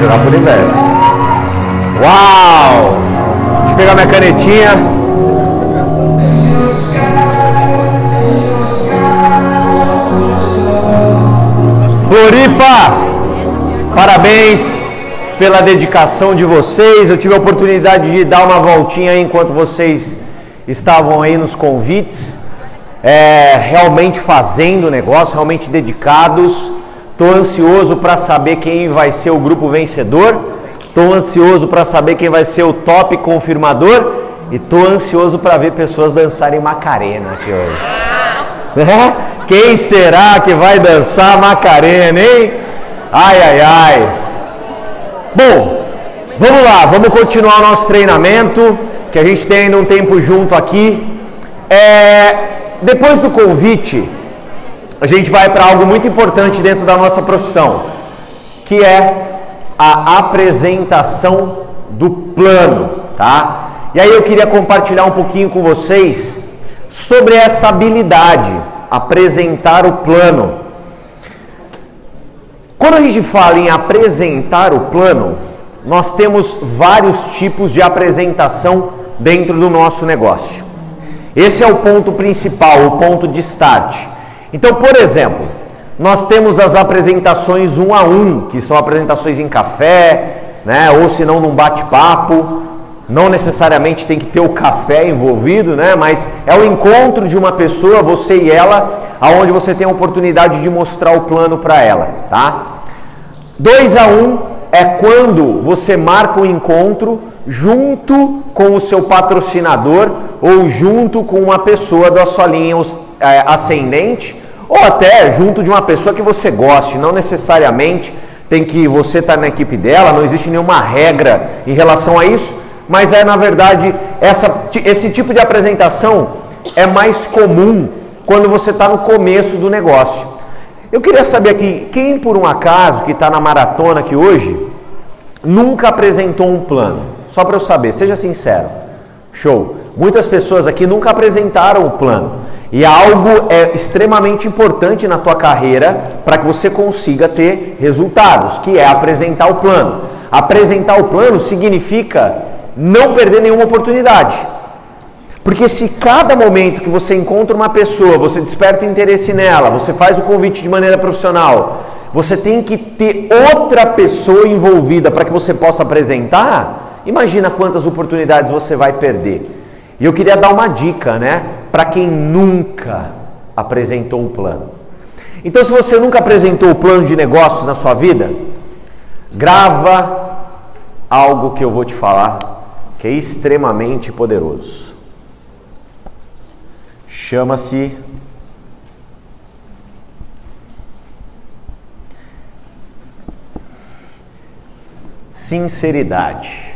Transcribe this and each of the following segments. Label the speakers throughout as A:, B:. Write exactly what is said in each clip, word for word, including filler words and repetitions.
A: jogar pro universo. Uau! Deixa eu pegar minha canetinha. Floripa, parabéns pela dedicação de vocês. Eu tive a oportunidade de dar uma voltinha aí enquanto vocês estavam aí nos convites, é, realmente fazendo negócio, realmente dedicados. Estou ansioso para saber quem vai ser o grupo vencedor, estou ansioso para saber quem vai ser o top confirmador e estou ansioso para ver pessoas dançarem Macarena aqui hoje. É? Quem será que vai dançar Macarena, hein? Ai, ai, ai. Bom, vamos lá, vamos continuar o nosso treinamento, que a gente tem ainda um tempo junto aqui. É, depois do convite, a gente vai para algo muito importante dentro da nossa profissão, que é a apresentação do plano, tá? E aí eu queria compartilhar um pouquinho com vocês sobre essa habilidade, apresentar o plano. Quando a gente fala em apresentar o plano, nós temos vários tipos de apresentação dentro do nosso negócio. Esse é o ponto principal, o ponto de start. Então, por exemplo, nós temos as apresentações um a um, que são apresentações em café, né, ou se não num bate-papo. Não necessariamente tem que ter o café envolvido, né? Mas é o encontro de uma pessoa, você e ela, aonde você tem a oportunidade de mostrar o plano para ela, tá? dois a um é quando você marca o encontro junto com o seu patrocinador ou junto com uma pessoa da sua linha é, ascendente ou até junto de uma pessoa que você goste, não necessariamente tem que você estar na equipe dela, não existe nenhuma regra em relação a isso. Mas é, na verdade, essa, esse tipo de apresentação é mais comum quando você está no começo do negócio. Eu queria saber aqui, quem por um acaso, que está na maratona aqui hoje, nunca apresentou um plano? Só para eu saber, seja sincero. Show. Muitas pessoas aqui nunca apresentaram o plano. E algo é extremamente importante na tua carreira para que você consiga ter resultados, que é apresentar o plano. Apresentar o plano significa não perder nenhuma oportunidade. Porque se cada momento que você encontra uma pessoa, você desperta o interesse nela, você faz o convite de maneira profissional, você tem que ter outra pessoa envolvida para que você possa apresentar, imagina quantas oportunidades você vai perder. E eu queria dar uma dica, né, para quem nunca apresentou um plano. Então, se você nunca apresentou o plano de negócios na sua vida, grava algo que eu vou te falar, que é extremamente poderoso. Chama-se sinceridade.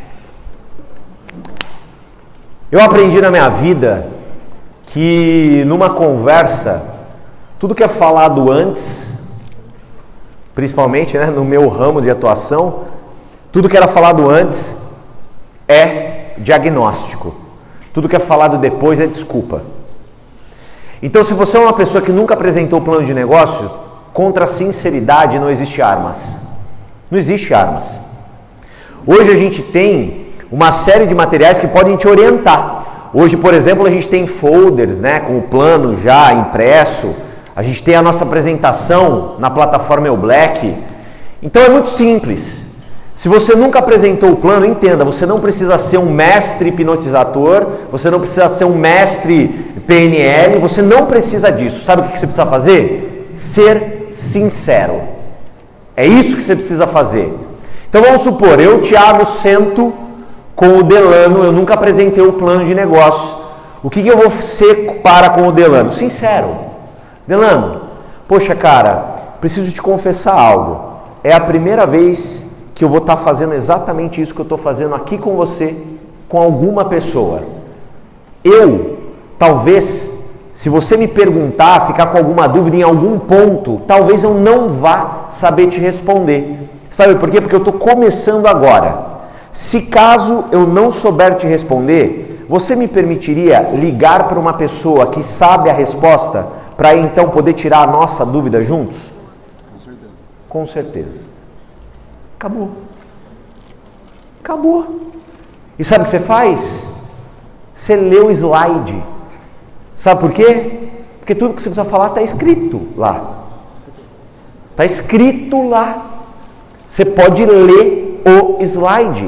A: Eu aprendi na minha vida que numa conversa, tudo que é falado antes, principalmente, né, no meu ramo de atuação, tudo que era falado antes é diagnóstico. Tudo que é falado depois é desculpa. Então, se você é uma pessoa que nunca apresentou o plano de negócios, contra a sinceridade não existe armas. Não existe armas. Hoje a gente tem uma série de materiais que podem te orientar. Hoje, por exemplo, a gente tem folders, né, com o plano já impresso. A gente tem a nossa apresentação na plataforma EuBlack. Então é muito simples. Se você nunca apresentou o plano, entenda, você não precisa ser um mestre hipnotizador, você não precisa ser um mestre P N L, você não precisa disso. Sabe o que você precisa fazer? Ser sincero. É isso que você precisa fazer. Então vamos supor, eu, Thiago, sento com o Delano, eu nunca apresentei o plano de negócio. O que, que eu vou ser para com o Delano? Sincero. Delano, poxa cara, preciso te confessar algo. É a primeira vez que eu vou estar fazendo exatamente isso que eu estou fazendo aqui com você, com alguma pessoa. Eu, talvez, se você me perguntar, ficar com alguma dúvida em algum ponto, talvez eu não vá saber te responder. Sabe por quê? Porque eu estou começando agora. Se caso eu não souber te responder, você me permitiria ligar para uma pessoa que sabe a resposta, para então poder tirar a nossa dúvida juntos?
B: Com certeza.
A: Com certeza. Acabou. Acabou. E sabe o que você faz? Você lê o slide. Sabe por quê? Porque tudo que você precisa falar está escrito lá. Está escrito lá. Você pode ler o slide.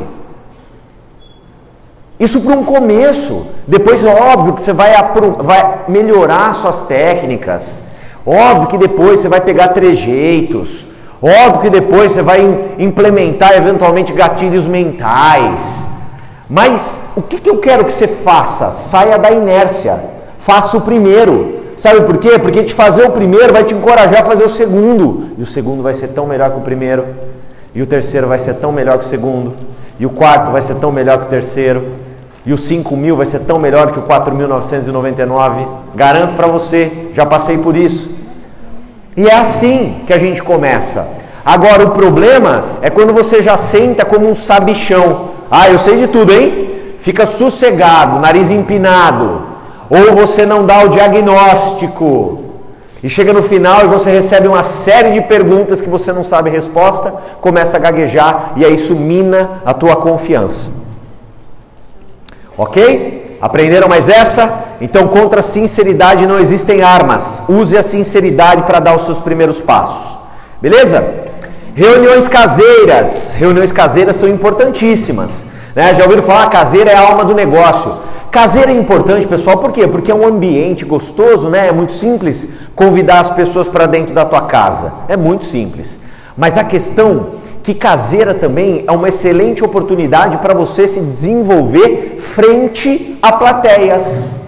A: Isso para um começo. Depois, óbvio que você vai, vai melhorar suas técnicas. Óbvio que depois você vai pegar trejeitos. Óbvio que depois você vai implementar eventualmente gatilhos mentais. Mas o que, que eu quero que você faça? Saia da inércia. Faça o primeiro. Sabe por quê? Porque te fazer o primeiro vai te encorajar a fazer o segundo. E o segundo vai ser tão melhor que o primeiro. E o terceiro vai ser tão melhor que o segundo. E o quarto vai ser tão melhor que o terceiro. E o cinco mil vai ser tão melhor que o quatro mil novecentos e noventa e nove. Garanto para você, já passei por isso. E é assim que a gente começa. Agora o problema é quando você já senta como um sabichão. Ah, eu sei de tudo, hein? Fica sossegado, nariz empinado. Ou você não dá o diagnóstico. E chega no final e você recebe uma série de perguntas que você não sabe a resposta, começa a gaguejar e aí isso mina a tua confiança. Ok? Aprenderam mais essa? Então, contra a sinceridade não existem armas. Use a sinceridade para dar os seus primeiros passos. Beleza? Reuniões caseiras. Reuniões caseiras são importantíssimas. Né? Já ouviram falar? Caseira é a alma do negócio. Caseira é importante, pessoal, por quê? Porque é um ambiente gostoso, né? É muito simples convidar as pessoas para dentro da tua casa. É muito simples. Mas a questão que caseira também é uma excelente oportunidade para você se desenvolver frente a plateias.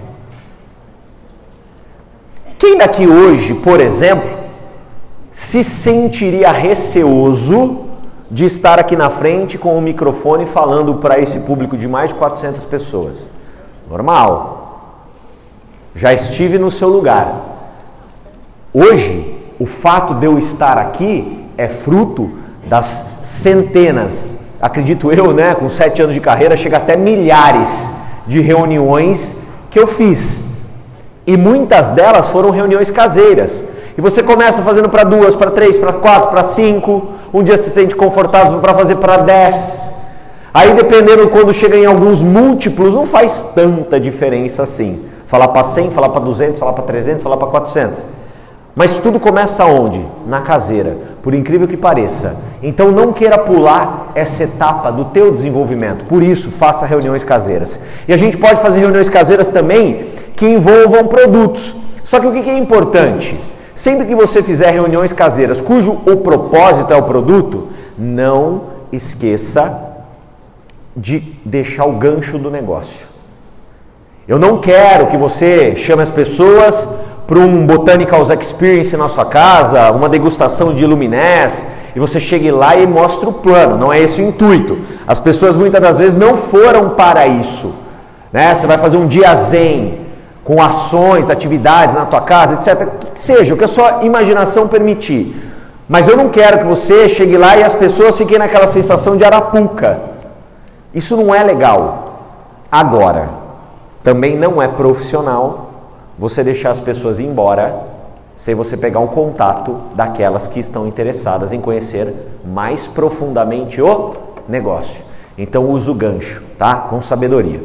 A: Quem daqui hoje, por exemplo, se sentiria receoso de estar aqui na frente com o microfone falando para esse público de mais de quatrocentas pessoas? Normal. Já estive no seu lugar. Hoje, o fato de eu estar aqui é fruto das centenas, acredito eu, né, com sete anos de carreira, chega até milhares de reuniões que eu fiz. E muitas delas foram reuniões caseiras. E você começa fazendo para duas, para três, para quatro, para cinco. Um dia se sente confortável para fazer para dez. Aí, dependendo quando chega em alguns múltiplos, não faz tanta diferença assim. Falar para cem, falar para duzentos, falar para trezentos, falar para quatrocentos. Mas tudo começa onde? Na caseira, por incrível que pareça. Então não queira pular essa etapa do teu desenvolvimento. Por isso, faça reuniões caseiras. E a gente pode fazer reuniões caseiras também que envolvam produtos. Só que o que é importante? Sempre que você fizer reuniões caseiras cujo o propósito é o produto, não esqueça de deixar o gancho do negócio. Eu não quero que você chame as pessoas para um Botanicals Experience na sua casa, uma degustação de Luminés, e você chegue lá e mostre o plano. Não é esse o intuito. As pessoas muitas das vezes não foram para isso. Né? Você vai fazer um dia zen, com ações, atividades na tua casa, etcétera. Que seja, o que a sua imaginação permitir. Mas eu não quero que você chegue lá e as pessoas fiquem naquela sensação de arapuca. Isso não é legal. Agora, também não é profissional você deixar as pessoas ir embora sem você pegar um contato daquelas que estão interessadas em conhecer mais profundamente o negócio. Então usa o gancho, tá? Com sabedoria.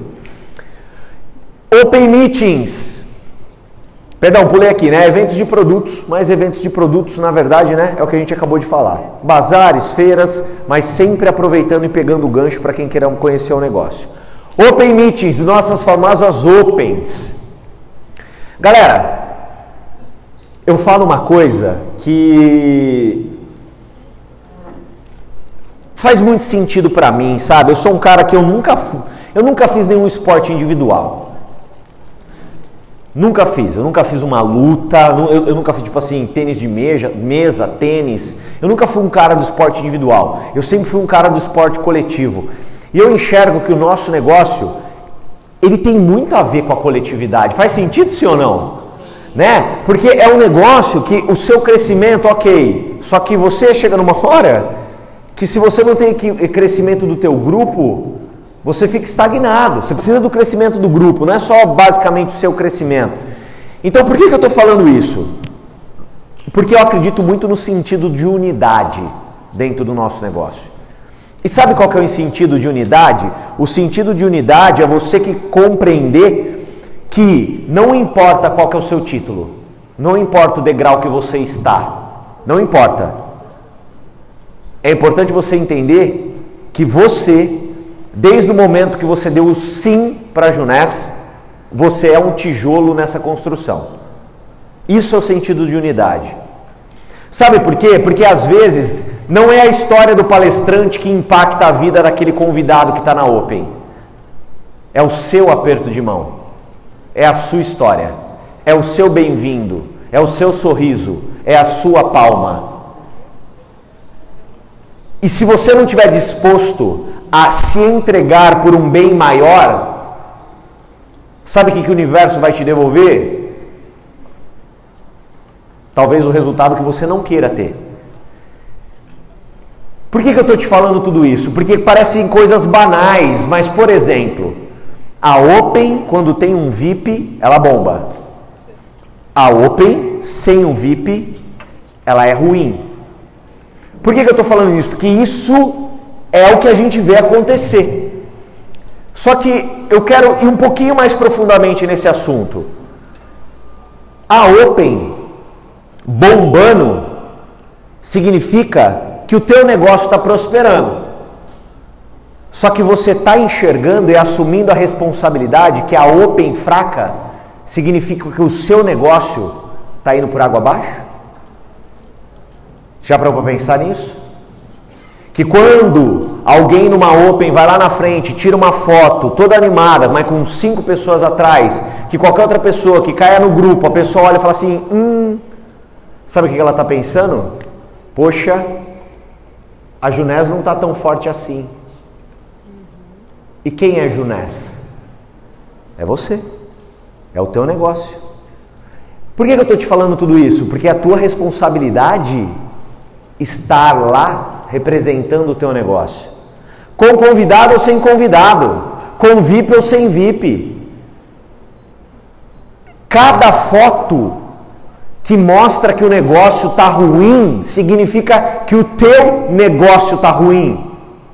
A: Open Meetings. Perdão, pulei aqui, né? Eventos de produtos, mas eventos de produtos, na verdade, né? É o que a gente acabou de falar. Bazares, feiras, mas sempre aproveitando e pegando o gancho para quem queira conhecer o negócio. Open Meetings, nossas famosas Opens. Galera, eu falo uma coisa que faz muito sentido pra mim, sabe? Eu sou um cara que eu nunca, eu nunca fiz nenhum esporte individual. Nunca fiz, eu nunca fiz uma luta, eu, eu nunca fiz tipo assim, tênis de mesa, mesa, tênis. Eu nunca fui um cara do esporte individual, eu sempre fui um cara do esporte coletivo. E eu enxergo que o nosso negócio, ele tem muito a ver com a coletividade. Faz sentido, sim ou não? Né? Porque é um negócio que o seu crescimento, ok, só que você chega numa hora que se você não tem crescimento do teu grupo, você fica estagnado. Você precisa do crescimento do grupo, não é só basicamente o seu crescimento. Então por que, que eu estou falando isso? Porque eu acredito muito no sentido de unidade dentro do nosso negócio. E sabe qual que é o sentido de unidade? O sentido de unidade é você que compreender que não importa qual que é o seu título, não importa o degrau que você está, não importa. É importante você entender que você, desde o momento que você deu o sim para a Junés, você é um tijolo nessa construção. Isso é o sentido de unidade. Sabe por quê? Porque às vezes não é a história do palestrante que impacta a vida daquele convidado que está na Open. É o seu aperto de mão. É a sua história. É o seu bem-vindo. É o seu sorriso. É a sua palma. E se você não estiver disposto a se entregar por um bem maior, sabe o que, que o universo vai te devolver? Talvez o resultado que você não queira ter. Por que, que eu estou te falando tudo isso? Porque parecem coisas banais, mas, por exemplo, a Open, quando tem um V I P, ela bomba. A Open, sem um V I P, ela é ruim. Por que, que eu estou falando isso? Porque isso é o que a gente vê acontecer. Só que eu quero ir um pouquinho mais profundamente nesse assunto. A Open bombando significa que o teu negócio está prosperando. Só que você está enxergando e assumindo a responsabilidade que a Open fraca significa que o seu negócio está indo por água abaixo? Já parou para pensar nisso? Que quando alguém numa Open vai lá na frente, tira uma foto toda animada, mas com cinco pessoas atrás, que qualquer outra pessoa que caia no grupo, a pessoa olha e fala assim, hum, sabe o que ela está pensando? Poxa, a Junés não está tão forte assim. E quem é Junés? É você. É o teu negócio. Por que, que eu estou te falando tudo isso? Porque a tua responsabilidade estar lá representando o teu negócio. Com convidado ou sem convidado. Com V I P ou sem V I P. Cada foto que mostra que o negócio está ruim, significa que o teu negócio está ruim.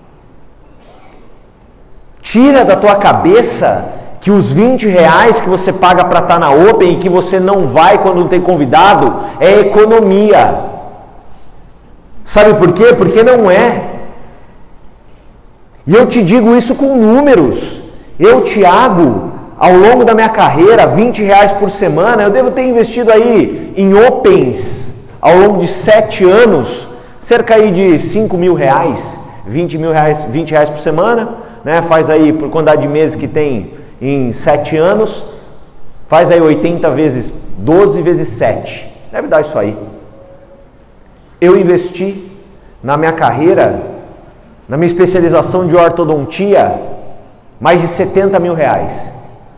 A: Tira da tua cabeça que os vinte reais que você paga para estar na Open e que você não vai quando não tem convidado é economia. Sabe por quê? Porque não é. E eu te digo isso com números. Eu, Thiago, ao longo da minha carreira, vinte reais por semana, eu devo ter investido aí em Opens, ao longo de sete anos, cerca aí de cinco mil reais, vinte mil reais, vinte reais por semana, né? Faz aí, por quantidade de meses que tem em sete anos, faz aí oitenta vezes doze vezes sete, deve dar isso aí. Eu investi na minha carreira, na minha especialização de ortodontia, mais de setenta mil reais.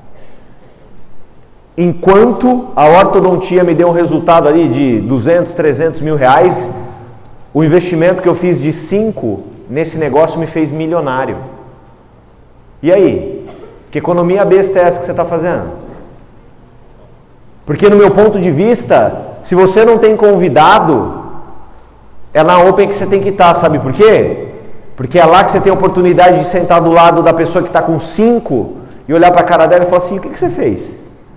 A: Enquanto a ortodontia me deu um resultado ali de duzentos, trezentos mil reais, o investimento que eu fiz de cinco nesse negócio me fez milionário. E aí? Que economia besta é essa que você está fazendo? Porque no meu ponto de vista, se você não tem convidado, é na Open que você tem que estar, sabe por quê? Porque é lá que você tem a oportunidade de sentar do lado da pessoa que está com cinco e olhar para a cara dela e falar assim, o que, que você fez?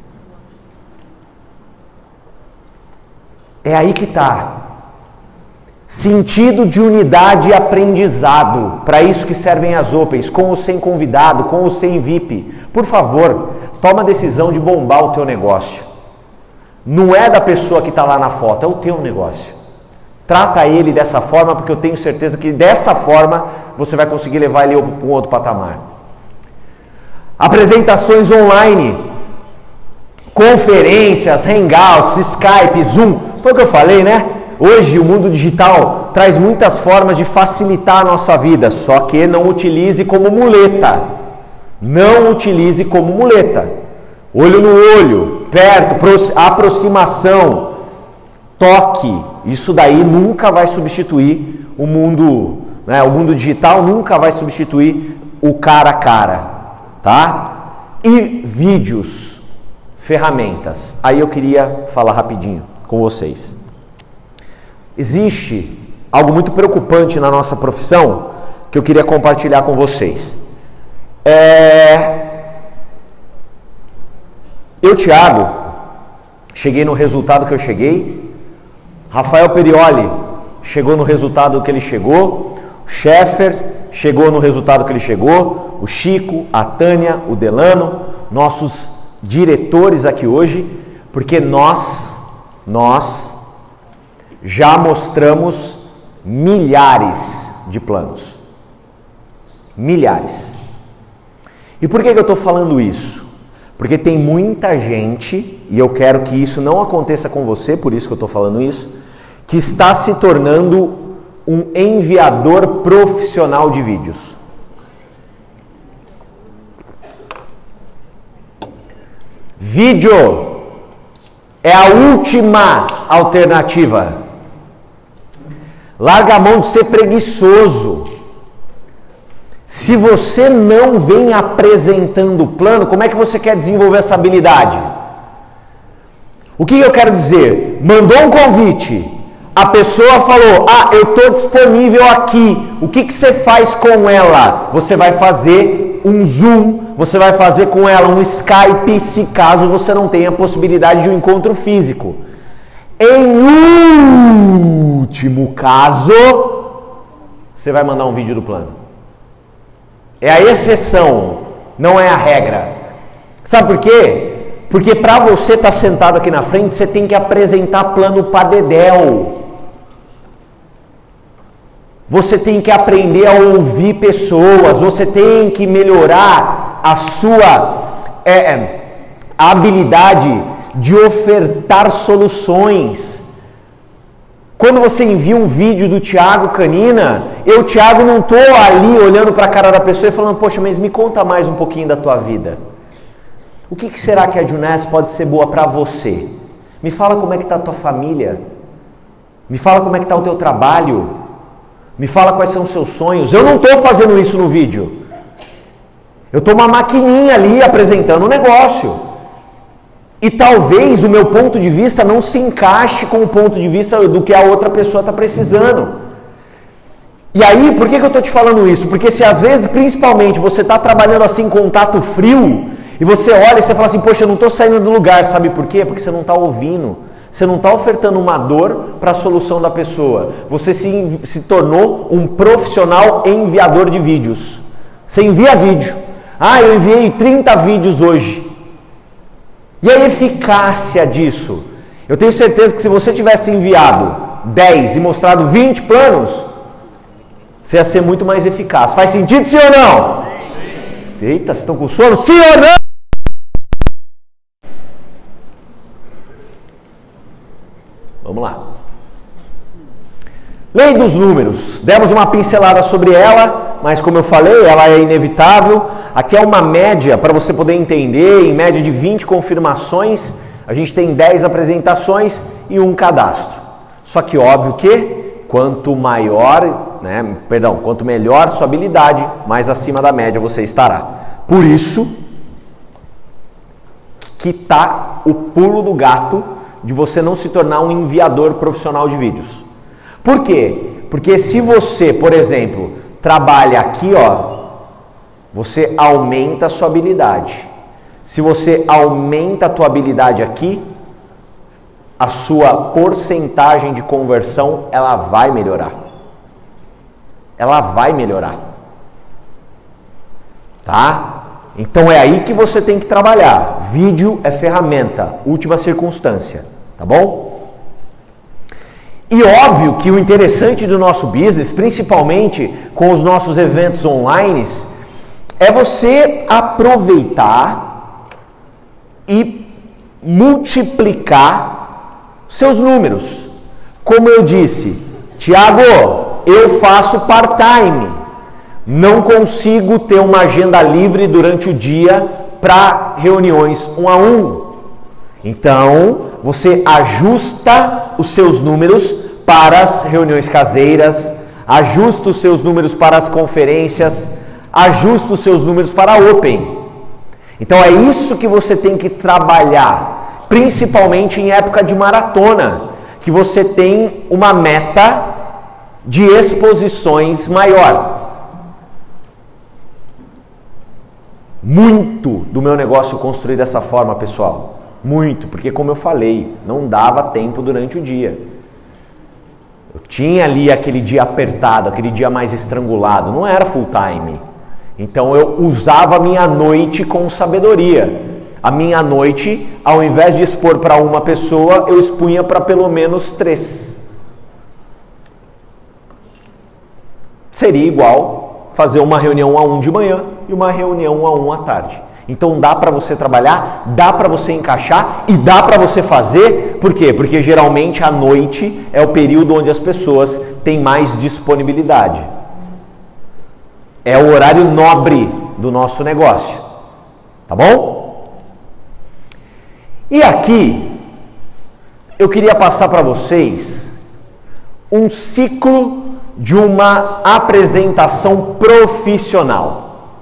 A: É aí que está. Sentido de unidade e aprendizado. Para isso que servem as Opens, com ou sem convidado, com ou sem V I P. Por favor, toma a decisão de bombar o teu negócio. Não é da pessoa que está lá na foto, é o teu negócio. Trata ele dessa forma, porque eu tenho certeza que dessa forma você vai conseguir levar ele para um outro patamar. Apresentações online, conferências, hangouts, Skype, Zoom, foi o que eu falei, né? Hoje o mundo digital traz muitas formas de facilitar a nossa vida, só que não utilize como muleta. Não utilize como muleta. Olho no olho, perto, aproximação, toque. Isso daí nunca vai substituir o mundo, né? O mundo digital nunca vai substituir o cara a cara, tá? E vídeos, ferramentas. Aí eu queria falar rapidinho com vocês. Existe algo muito preocupante na nossa profissão, que eu queria compartilhar com vocês. É... Eu, Thiago, cheguei no resultado que eu cheguei. Rafael Perioli chegou no resultado que ele chegou. O Sheffer chegou no resultado que ele chegou. O Chico, a Tânia, o Delano, nossos diretores aqui hoje, porque nós, nós já mostramos milhares de planos. Milhares. E por que que eu estou falando isso? Porque tem muita gente, e eu quero que isso não aconteça com você, por isso que eu estou falando isso, que está se tornando um enviador profissional de vídeos. Vídeo é a última alternativa. Larga a mão de ser preguiçoso. Se você não vem apresentando o plano, como é que você quer desenvolver essa habilidade? O que eu quero dizer? Mandou um convite, a pessoa falou, ah, eu estou disponível aqui, o que, que você faz com ela? Você vai fazer um Zoom, você vai fazer com ela um Skype, se caso você não tenha a possibilidade de um encontro físico. Em último caso, você vai mandar um vídeo do plano. É a exceção, não é a regra. Sabe por quê? Porque para você estar sentado aqui na frente, você tem que apresentar plano para dedéu. Você tem que aprender a ouvir pessoas, você tem que melhorar a sua é, a habilidade de ofertar soluções. Quando você envia um vídeo do Thiago Canina, eu, Thiago, não estou ali olhando para a cara da pessoa e falando, poxa, mas me conta mais um pouquinho da tua vida. O que, que será que a Juness pode ser boa para você? Me fala como é que está a tua família. Me fala como é que está o teu trabalho. Me fala quais são os seus sonhos. Eu não estou fazendo isso no vídeo. Eu estou uma maquininha ali apresentando um negócio. E talvez o meu ponto de vista não se encaixe com o ponto de vista do que a outra pessoa está precisando. E aí, por que, que eu estou te falando isso? Porque se às vezes, principalmente, você está trabalhando assim, contato frio, e você olha e você fala assim, poxa, eu não estou saindo do lugar, sabe por quê? Porque você não está ouvindo. Você não está ofertando uma dor para a solução da pessoa. Você se, se tornou um profissional enviador de vídeos. Você envia vídeo. Ah, eu enviei trinta vídeos hoje. E a eficácia disso? Eu tenho certeza que se você tivesse enviado dez e mostrado vinte planos, você ia ser muito mais eficaz. Faz sentido, sim ou não? Sim. Eita, vocês estão com sono? Sim ou não? Vamos lá. Lei dos números. Demos uma pincelada sobre ela, mas como eu falei, ela é inevitável. Aqui é uma média para você poder entender, em média de vinte confirmações, a gente tem dez apresentações e um cadastro. Só que óbvio que quanto maior, né, perdão, quanto melhor sua habilidade, mais acima da média você estará. Por isso que tá o pulo do gato de você não se tornar um enviador profissional de vídeos. Por quê? Porque se você, por exemplo, trabalha aqui, ó, você aumenta a sua habilidade. Se você aumenta a tua habilidade aqui, a sua porcentagem de conversão, ela vai melhorar. Ela vai melhorar. Tá? Então é aí que você tem que trabalhar. Vídeo é ferramenta, última circunstância. Tá bom? E óbvio que o interessante do nosso business, principalmente com os nossos eventos online, é você aproveitar e multiplicar seus números. Como eu disse, Thiago, eu faço part-time, não consigo ter uma agenda livre durante o dia para reuniões um a um. Então, você ajusta os seus números para as reuniões caseiras, ajusta os seus números para as conferências, ajusta os seus números para a Open. Então é isso que você tem que trabalhar, principalmente em época de maratona, que você tem uma meta de exposições maior. muito do meu negócio construir dessa forma, pessoal. Muito, porque como eu falei, não dava tempo durante o dia. Eu tinha ali aquele dia apertado, aquele dia mais estrangulado, não era full time. Então eu usava a minha noite com sabedoria. A minha noite, ao invés de expor para uma pessoa, eu expunha para pelo menos três. Seria igual fazer uma reunião a um de manhã e uma reunião a um à tarde. Então dá para você trabalhar, dá para você encaixar e dá para você fazer. Por quê? Porque geralmente à noite é o período onde as pessoas têm mais disponibilidade. É o horário nobre do nosso negócio. Tá bom? E aqui eu queria passar para vocês um ciclo de uma apresentação profissional.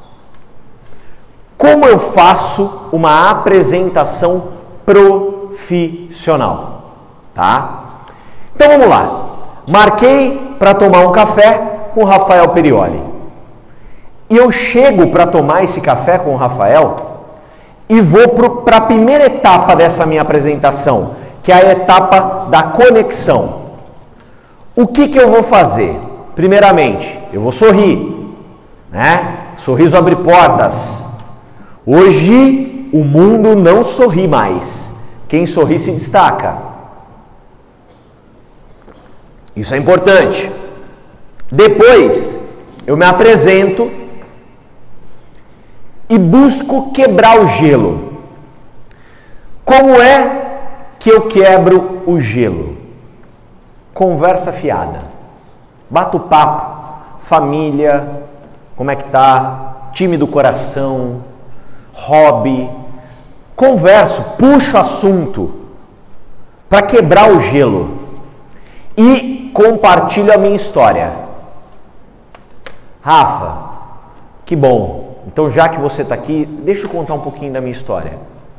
A: Como eu faço uma apresentação profissional, tá? Então vamos lá. Marquei para tomar um café com o Rafael Perioli. E eu chego para tomar esse café com o Rafael e vou para a primeira etapa dessa minha apresentação, que é a etapa da conexão. O que que eu vou fazer? Primeiramente, eu vou sorrir, né? Sorriso abre portas. Hoje o mundo não sorri mais. Quem sorri se destaca. Isso é importante. Depois eu me apresento e busco quebrar o gelo. Como é que eu quebro o gelo? Conversa fiada. Bato papo. Família, como é que tá? Time do coração, hobby. Converso, puxo assunto para quebrar o gelo e compartilho a minha história. Rafa, que bom. Então, já que você está aqui, deixa eu contar um pouquinho da minha história.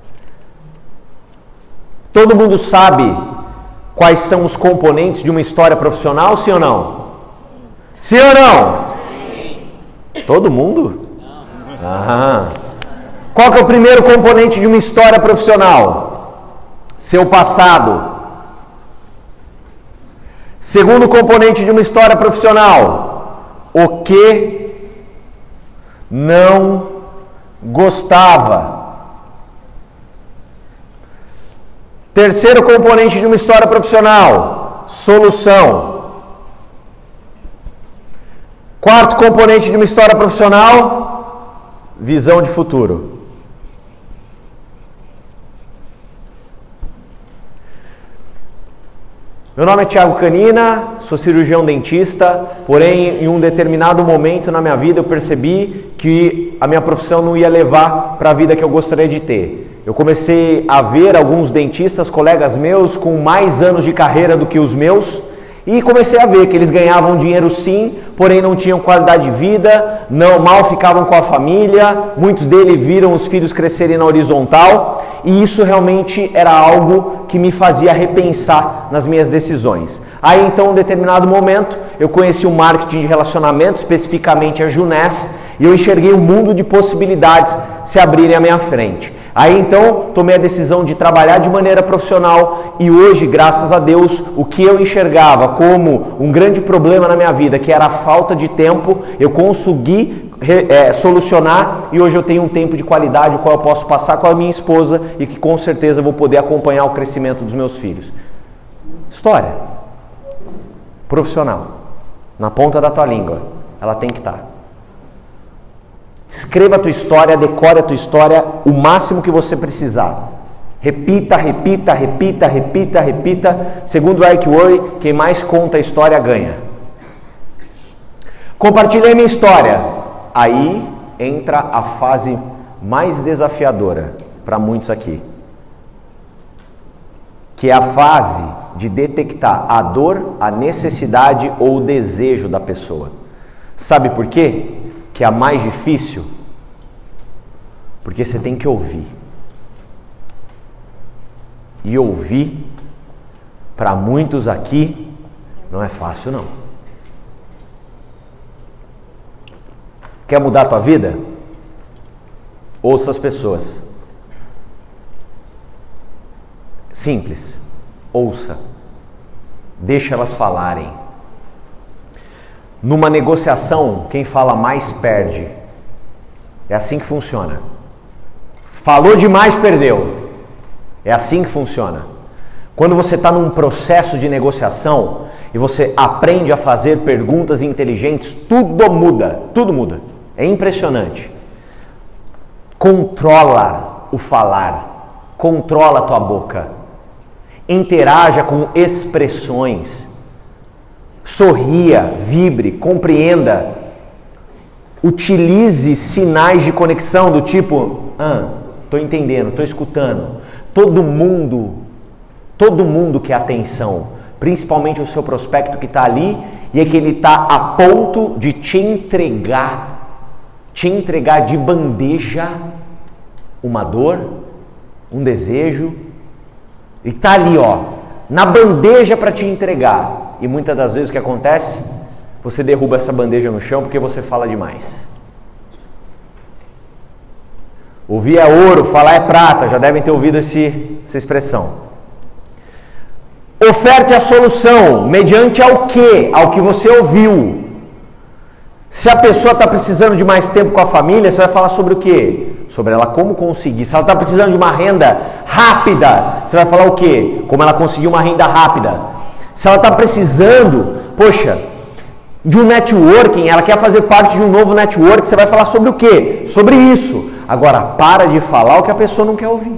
A: Todo mundo sabe quais são os componentes de uma história profissional, sim ou não? Sim ou não? Sim. Todo mundo? Não. Ah. Qual que é o primeiro componente de uma história profissional? Seu passado. Segundo componente de uma história profissional, o que não gostava. Terceiro componente de uma história profissional, solução. Quarto componente de uma história profissional, visão de futuro. Meu nome é Thiago Canina, sou cirurgião dentista, porém em um determinado momento na minha vida eu percebi que a minha profissão não ia levar para a vida que eu gostaria de ter. Eu comecei a ver alguns dentistas, colegas meus, com mais anos de carreira do que os meus, e comecei a ver que eles ganhavam dinheiro sim, porém não tinham qualidade de vida, não, mal ficavam com a família, muitos deles viram os filhos crescerem na horizontal, e isso realmente era algo que me fazia repensar nas minhas decisões. Aí então, em um determinado momento, eu conheci o marketing de relacionamento, especificamente a Juness, e eu enxerguei um mundo de possibilidades se abrirem à minha frente. Aí então tomei a decisão de trabalhar de maneira profissional e hoje, graças a Deus, o que eu enxergava como um grande problema na minha vida, que era a falta de tempo, eu consegui é, solucionar e hoje eu tenho um tempo de qualidade, o qual eu posso passar com a minha esposa e que com certeza vou poder acompanhar o crescimento dos meus filhos. História profissional, na ponta da tua língua, ela tem que estar. Escreva a tua história, decore a tua história o máximo que você precisar. Repita, repita, repita, repita, repita. Segundo o Eric Worre, quem mais conta a história ganha. Compartilhei minha história. Aí entra a fase mais desafiadora para muitos aqui, que é a fase de detectar a dor, a necessidade ou o desejo da pessoa. Sabe por quê? Que é a mais difícil, porque você tem que ouvir. E ouvir, para muitos aqui, não é fácil não. Quer mudar a tua vida? Ouça as pessoas. Simples. Ouça. Deixa elas falarem. Numa negociação, quem fala mais perde. É assim que funciona. Falou demais, perdeu. É assim que funciona. Quando você está num processo de negociação e você aprende a fazer perguntas inteligentes, tudo muda. Tudo muda. É impressionante. Controla o falar. Controla a tua boca. Interaja com expressões. Sorria, vibre, compreenda. Utilize sinais de conexão do tipo, ah, tô entendendo, tô escutando. Todo mundo, todo mundo quer atenção, principalmente o seu prospecto que está ali e é que ele está a ponto de te entregar, te entregar de bandeja uma dor, um desejo. Ele está ali, ó, na bandeja para te entregar. E muitas das vezes o que acontece? Você derruba essa bandeja no chão porque você fala demais. Ouvir é ouro, falar é prata. Já devem ter ouvido esse, essa expressão. Oferte a solução mediante ao que? Ao que você ouviu. Se a pessoa está precisando de mais tempo com a família, você vai falar sobre o quê? Sobre ela como conseguir. Se ela está precisando de uma renda rápida, você vai falar o quê? Como ela conseguir uma renda rápida. Se ela está precisando, poxa, de um networking, ela quer fazer parte de um novo network, você vai falar sobre o quê? Sobre isso. Agora, para de falar o que a pessoa não quer ouvir.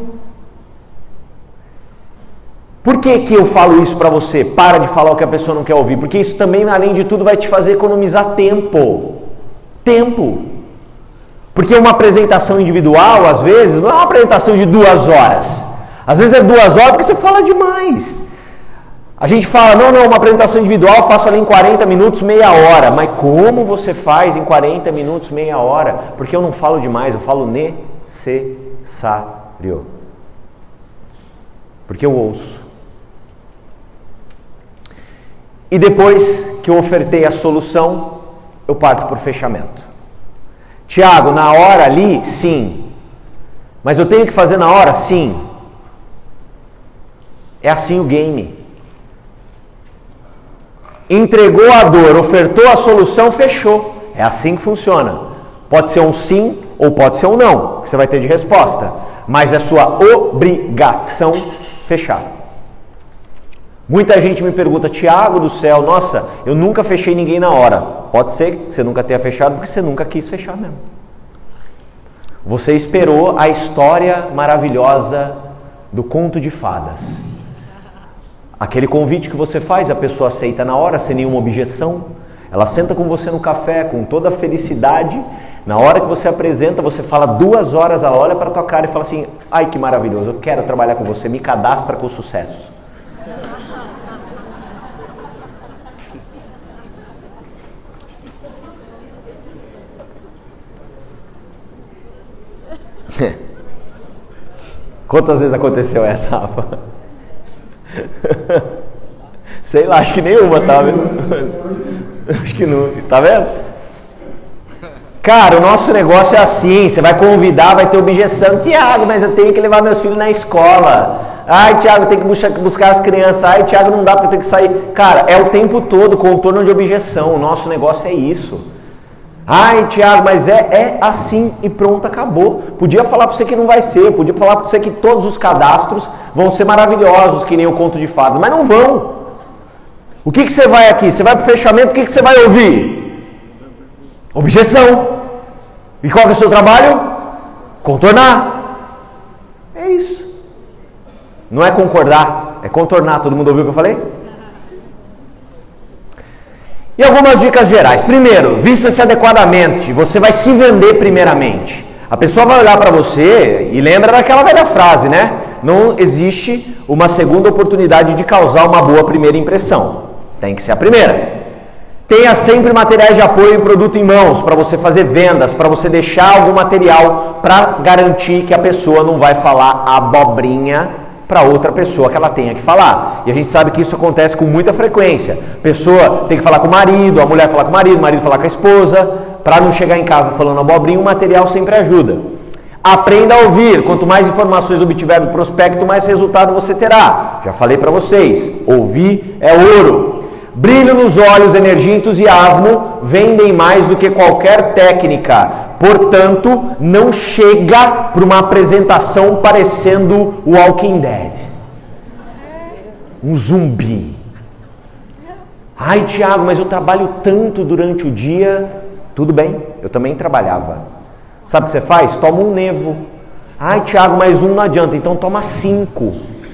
A: Por que que eu falo isso para você? Para de falar o que a pessoa não quer ouvir. Porque isso também, além de tudo, vai te fazer economizar tempo. Tempo. Porque uma apresentação individual, às vezes, não é uma apresentação de duas horas. Às vezes é duas horas porque você fala demais. A gente fala, não, não, uma apresentação individual eu faço ali em quarenta minutos, meia hora. Mas como você faz em quarenta minutos, meia hora? Porque eu não falo demais, eu falo necessário. Porque eu ouço. E depois que eu ofertei a solução, eu parto para o fechamento. Tiago, na hora ali, sim. Mas eu tenho que fazer na hora? Sim. É assim o game. Entregou a dor, ofertou a solução, fechou. É assim que funciona. Pode ser um sim ou pode ser um não, que você vai ter de resposta. Mas é sua obrigação fechar. Muita gente me pergunta, Tiago do céu, nossa, eu nunca fechei ninguém na hora. Pode ser que você nunca tenha fechado porque você nunca quis fechar mesmo. Você esperou a história maravilhosa do conto de fadas. Aquele convite que você faz, a pessoa aceita na hora, sem nenhuma objeção. Ela senta com você no café, com toda a felicidade. Na hora que você apresenta, você fala duas horas, ela olha para a tua cara e fala assim, ai que maravilhoso, eu quero trabalhar com você, me cadastra com sucesso. Quantas vezes aconteceu essa, Rafa? Sei lá, acho que nenhuma, tá vendo? Acho que não, tá vendo? Cara, o nosso negócio é assim, você vai convidar, vai ter objeção. Tiago, mas eu tenho que levar meus filhos na escola. Ai, Tiago, eu tenho que buscar, buscar as crianças. Ai, Tiago, não dá porque eu tenho que sair. Cara, é o tempo todo contorno de objeção. O nosso negócio é isso. Ai, Tiago, mas é, é assim e pronto, acabou. Podia falar para você que não vai ser, podia falar para você que todos os cadastros vão ser maravilhosos, que nem o conto de fadas, mas não vão. O que, que você vai aqui? Você vai para o fechamento, o que, que você vai ouvir? Objeção. E qual que é o seu trabalho? Contornar. É isso. Não é concordar, é contornar. Todo mundo ouviu o que eu falei? E algumas dicas gerais. Primeiro, vista-se adequadamente. Você vai se vender primeiramente. A pessoa vai olhar para você e lembra daquela velha frase, né? Não existe uma segunda oportunidade de causar uma boa primeira impressão. Tem que ser a primeira. Tenha sempre materiais de apoio e produto em mãos para você fazer vendas, para você deixar algum material para garantir que a pessoa não vai falar abobrinha para outra pessoa que ela tenha que falar. E a gente sabe que isso acontece com muita frequência. A pessoa tem que falar com o marido, a mulher falar com o marido, o marido falar com a esposa. Para não chegar em casa falando abobrinha, o material sempre ajuda. Aprenda a ouvir. Quanto mais informações obtiver do prospecto, mais resultado você terá. Já falei para vocês, ouvir é ouro. Brilho nos olhos, energia e entusiasmo vendem mais do que qualquer técnica. Portanto, não chega para uma apresentação parecendo o Walking Dead. Um zumbi. Ai, Tiago, mas eu trabalho tanto durante o dia. Tudo bem, eu também trabalhava. Sabe o que você faz? Toma um Nevo. Ai, Tiago, mais um não adianta, então toma cinco.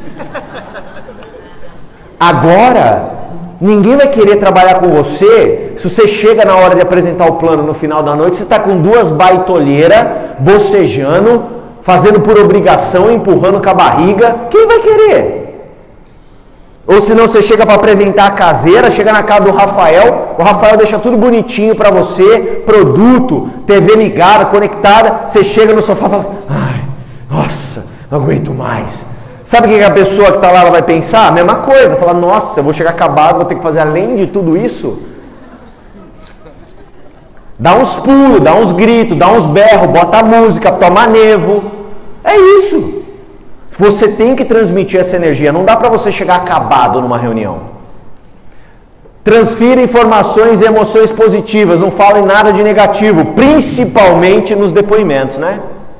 A: Agora, ninguém vai querer trabalhar com você se você chega na hora de apresentar o plano no final da noite, você está com duas baitolheiras, bocejando, fazendo por obrigação, empurrando com a barriga. Quem vai querer? Ou se não, você chega para apresentar a caseira, chega na casa do Rafael, o Rafael deixa tudo bonitinho para você, produto, T V ligada, conectada, você chega no sofá e fala, ai, nossa, não aguento mais. Sabe o que a pessoa que está lá ela vai pensar? A mesma coisa, fala, nossa, eu vou chegar acabado, vou ter que fazer além de tudo isso. Dá uns pulos, dá uns gritos, dá uns berros, bota a música, toma Nevo. É isso. Você tem que transmitir essa energia, não dá para você chegar acabado numa reunião. Transfira informações e emoções positivas, não fale nada de negativo, principalmente nos depoimentos, né?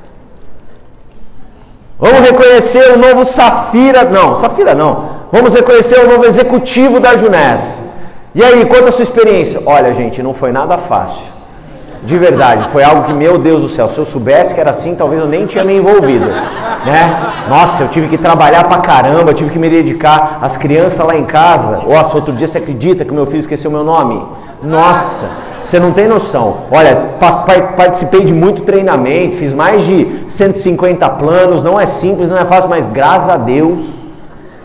A: Vamos reconhecer o novo Safira, não, Safira não, vamos reconhecer o novo executivo da Junés. E aí, conta a sua experiência. Olha, gente, não foi nada fácil. De verdade, foi algo que, meu Deus do céu, se eu soubesse que era assim, talvez eu nem tinha me envolvido, né? Nossa, eu tive que trabalhar pra caramba, eu tive que me dedicar às crianças lá em casa. Nossa, outro dia você acredita que meu filho esqueceu meu nome? Nossa, você não tem noção. Olha, participei de muito treinamento, fiz mais de cento e cinquenta planos, não é simples, não é fácil, mas graças a Deus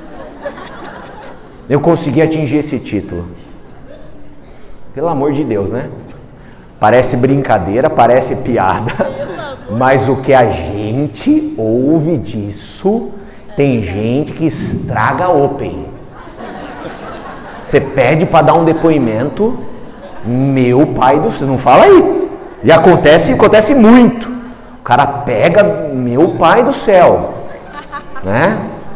A: eu consegui atingir esse título. Pelo amor de Deus, né? Parece brincadeira, parece piada, mas o que a gente ouve disso, tem gente que estraga Open. Você pede para dar um depoimento, meu pai do céu, não fala aí. E acontece, acontece muito. O cara pega, meu pai do céu, né?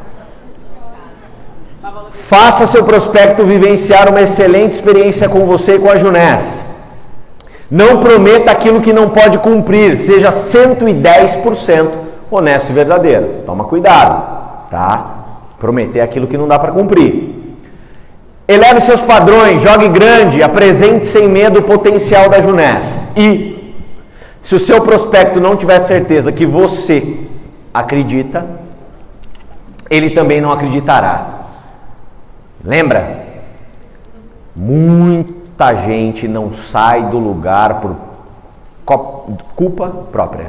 A: Faça seu prospecto vivenciar uma excelente experiência com você e com a Junés. Não prometa aquilo que não pode cumprir, seja cento e dez por cento honesto e verdadeiro. Toma cuidado, tá? Prometer aquilo que não dá para cumprir. Eleve seus padrões, jogue grande, apresente sem medo o potencial da Junés. E, se o seu prospecto não tiver certeza que você acredita, ele também não acreditará. Lembra? Muito Muita gente não sai do lugar por culpa própria.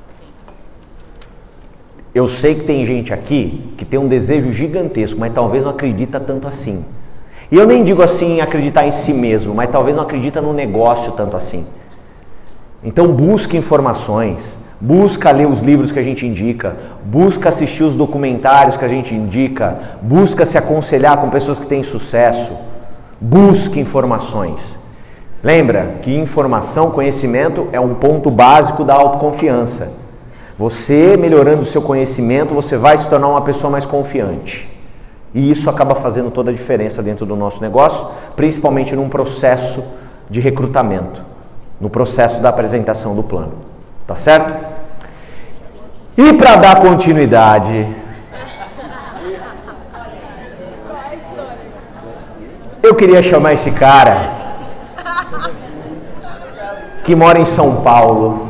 A: Eu sei que tem gente aqui que tem um desejo gigantesco, mas talvez não acredita tanto assim. E eu nem digo assim acreditar em si mesmo, mas talvez não acredita no negócio tanto assim. Então busque informações, busca ler os livros que a gente indica, busca assistir os documentários que a gente indica, busca se aconselhar com pessoas que têm sucesso. Busque informações. Lembra que informação, conhecimento é um ponto básico da autoconfiança. Você melhorando o seu conhecimento, você vai se tornar uma pessoa mais confiante. E isso acaba fazendo toda a diferença dentro do nosso negócio, principalmente num processo de recrutamento, no processo da apresentação do plano. Tá certo? E para dar continuidade, eu queria chamar esse cara que mora em São Paulo,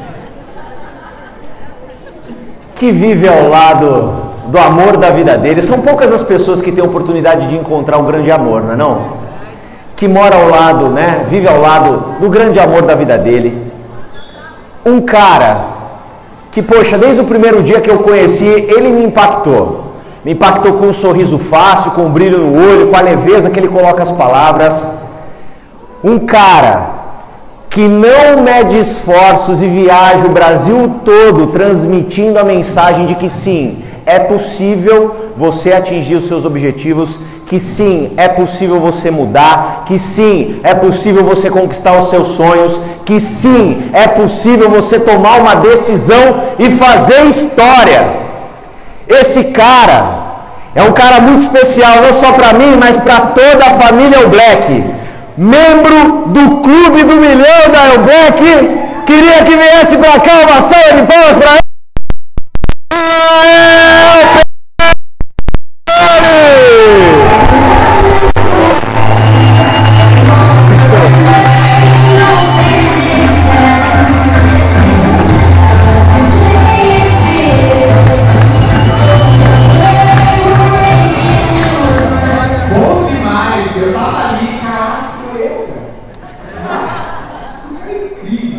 A: que vive ao lado do amor da vida dele. São poucas as pessoas que têm a oportunidade de encontrar o grande amor, não é não? Que mora ao lado, né? Vive ao lado do grande amor da vida dele. Um cara que, poxa, desde o primeiro dia que eu conheci, ele me impactou. Me impactou com um sorriso fácil, com um brilho no olho, com a leveza que ele coloca as palavras. Um cara que não mede esforços e viaja o Brasil todo transmitindo a mensagem de que sim, é possível você atingir os seus objetivos, que sim, é possível você mudar, que sim, é possível você conquistar os seus sonhos, que sim, é possível você tomar uma decisão e fazer história. Esse cara é um cara muito especial, não só para mim, mas para toda a família All Black. Membro do Clube do Milhão da All Black. Queria que viesse para cá uma salva de palmas para ele.